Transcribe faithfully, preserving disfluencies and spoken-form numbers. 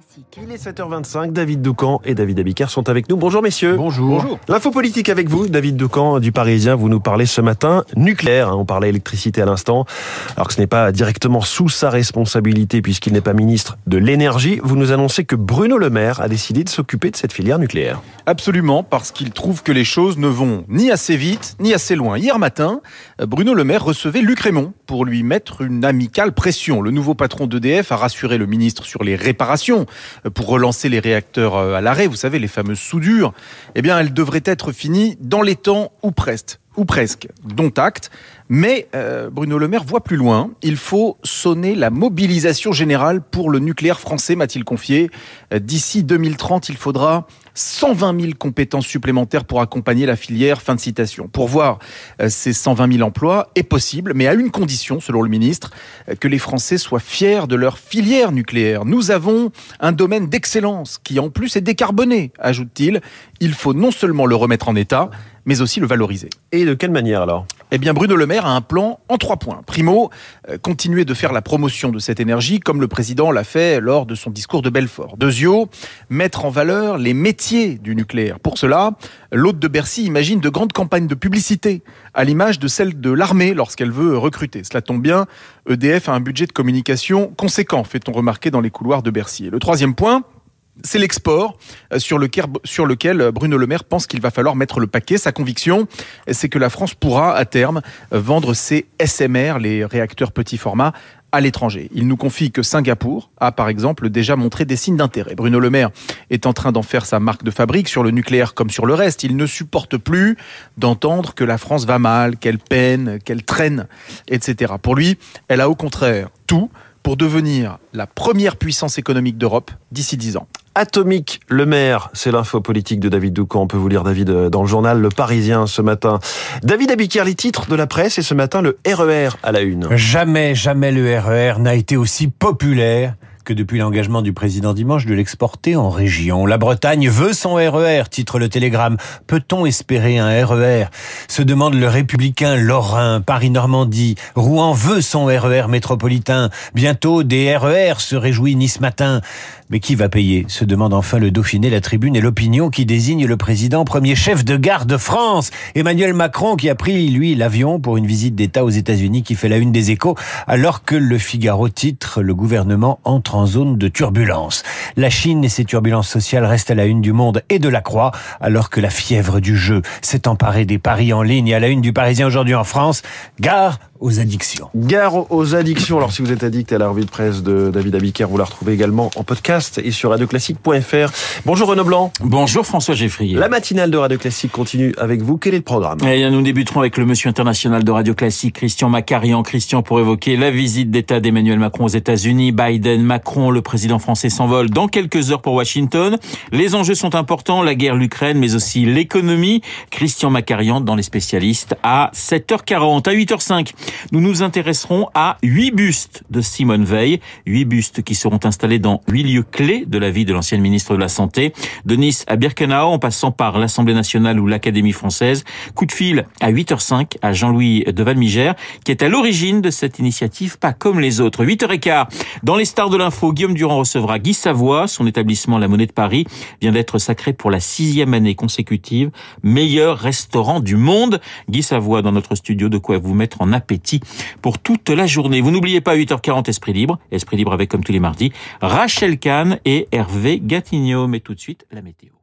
Classique. Il est sept heures vingt-cinq, David Doucan et David Abiker sont avec nous. Bonjour messieurs. Bonjour. Bonjour. L'info politique avec vous, David Doucan du Parisien. Vous nous parlez ce matin nucléaire. On parlait électricité à l'instant, alors que ce n'est pas directement sous sa responsabilité puisqu'il n'est pas ministre de l'énergie. Vous nous annoncez que Bruno Le Maire a décidé de s'occuper de cette filière nucléaire. Absolument, parce qu'il trouve que les choses ne vont ni assez vite, ni assez loin. Hier matin, Bruno Le Maire recevait Luc Rémont pour lui mettre une amicale pression. Le nouveau patron d'E D F a rassuré le ministre sur les réparations pour relancer les réacteurs à l'arrêt. Vous savez, les fameuses soudures. Eh bien, elles devraient être finies dans les temps ou presque. Ou presque, dont acte. Mais euh, Bruno Le Maire voit plus loin. Il faut sonner la mobilisation générale pour le nucléaire français, m'a-t-il confié. D'ici deux mille trente, il faudra cent vingt mille compétences supplémentaires pour accompagner la filière. Fin de citation. Pour voir euh, ces cent vingt mille emplois est possible, mais à une condition, selon le ministre, euh, que les Français soient fiers de leur filière nucléaire. Nous avons un domaine d'excellence qui, en plus, est décarboné, ajoute-t-il. Il faut non seulement le remettre en état, mais aussi le valoriser. Et de quelle manière alors ? Eh bien, Bruno Le Maire a un plan en trois points. Primo, euh, continuer de faire la promotion de cette énergie comme le président l'a fait lors de son discours de Belfort. Deuxio, mettre en valeur les métiers du nucléaire. Pour cela, l'hôte de Bercy imagine de grandes campagnes de publicité, à l'image de celle de l'armée lorsqu'elle veut recruter. Cela tombe bien, E D F a un budget de communication conséquent, fait-on remarquer dans les couloirs de Bercy. Et le troisième point, c'est l'export sur lequel, sur lequel Bruno Le Maire pense qu'il va falloir mettre le paquet. Sa conviction, c'est que la France pourra à terme vendre ses S M R, les réacteurs petit format, à l'étranger. Il nous confie que Singapour a par exemple déjà montré des signes d'intérêt. Bruno Le Maire est en train d'en faire sa marque de fabrique sur le nucléaire comme sur le reste. Il ne supporte plus d'entendre que la France va mal, qu'elle peine, qu'elle traîne, et cetera. Pour lui, elle a au contraire tout pour devenir la première puissance économique d'Europe d'ici dix ans. Atomique Le Maire, c'est l'info politique de David Doucan. On peut vous lire, David, dans le journal Le Parisien ce matin. David Abiker, les titres de la presse et ce matin le R E R à la une. Jamais, jamais le R E R n'a été aussi populaire que depuis l'engagement du président dimanche de l'exporter en région. La Bretagne veut son R E R, titre le Télégramme. Peut-on espérer un R E R ? Se demande le Républicain Lorrain. Paris-Normandie. Rouen veut son R E R métropolitain. Bientôt des R E R, se réjouit Nice Matin. Mais qui va payer ? Se demande enfin le Dauphiné, la Tribune et l'Opinion qui désigne le président premier chef de gare de France. Emmanuel Macron qui a pris, lui, l'avion pour une visite d'État aux États-Unis qui fait la une des Échos, alors que le Figaro titre « Le gouvernement entre en zone de turbulence ». La Chine et ses turbulences sociales restent à la une du Monde et de la Croix, alors que la fièvre du jeu s'est emparée des paris en ligne. À la une du Parisien aujourd'hui en France, gare aux addictions. Gare aux addictions. Alors si vous êtes addict à la revue de presse de David Abiker, vous la retrouvez également en podcast et sur radio classique point f r. Bonjour Renaud Blanc. Bonjour François Geffrier. La matinale de Radio Classique continue avec vous. Quel est le programme ? Eh bien, nous débuterons avec le monsieur international de Radio Classique, Christian Macarian. Christian, pour évoquer la visite d'État d'Emmanuel Macron aux États-Unis. Biden, Macron, le président français s'envole dans quelques heures pour Washington. Les enjeux sont importants, la guerre, l'Ukraine, mais aussi l'économie. Christian Macarian dans les spécialistes à sept heures quarante. À huit heures cinq, nous nous intéresserons à huit bustes de Simone Veil. Huit bustes qui seront installés dans huit lieux clés de la vie de l'ancienne ministre de la Santé. De Nice à Birkenau, en passant par l'Assemblée nationale ou l'Académie française. Coup de fil à huit heures cinq à Jean-Louis de Valmigère, qui est à l'origine de cette initiative, pas comme les autres. huit heures quinze, dans les stars de l'info, Guillaume Durand recevra Guy Savoy. Son établissement La Monnaie de Paris vient d'être sacré pour la sixième année consécutive meilleur restaurant du monde. Guy Savoy dans notre studio, de quoi vous mettre en appétit pour toute la journée. Vous n'oubliez pas, huit heures quarante, Esprit Libre. Esprit Libre avec, comme tous les mardis, Rachel Kahn et Hervé Gatigno. Mais tout de suite, la météo.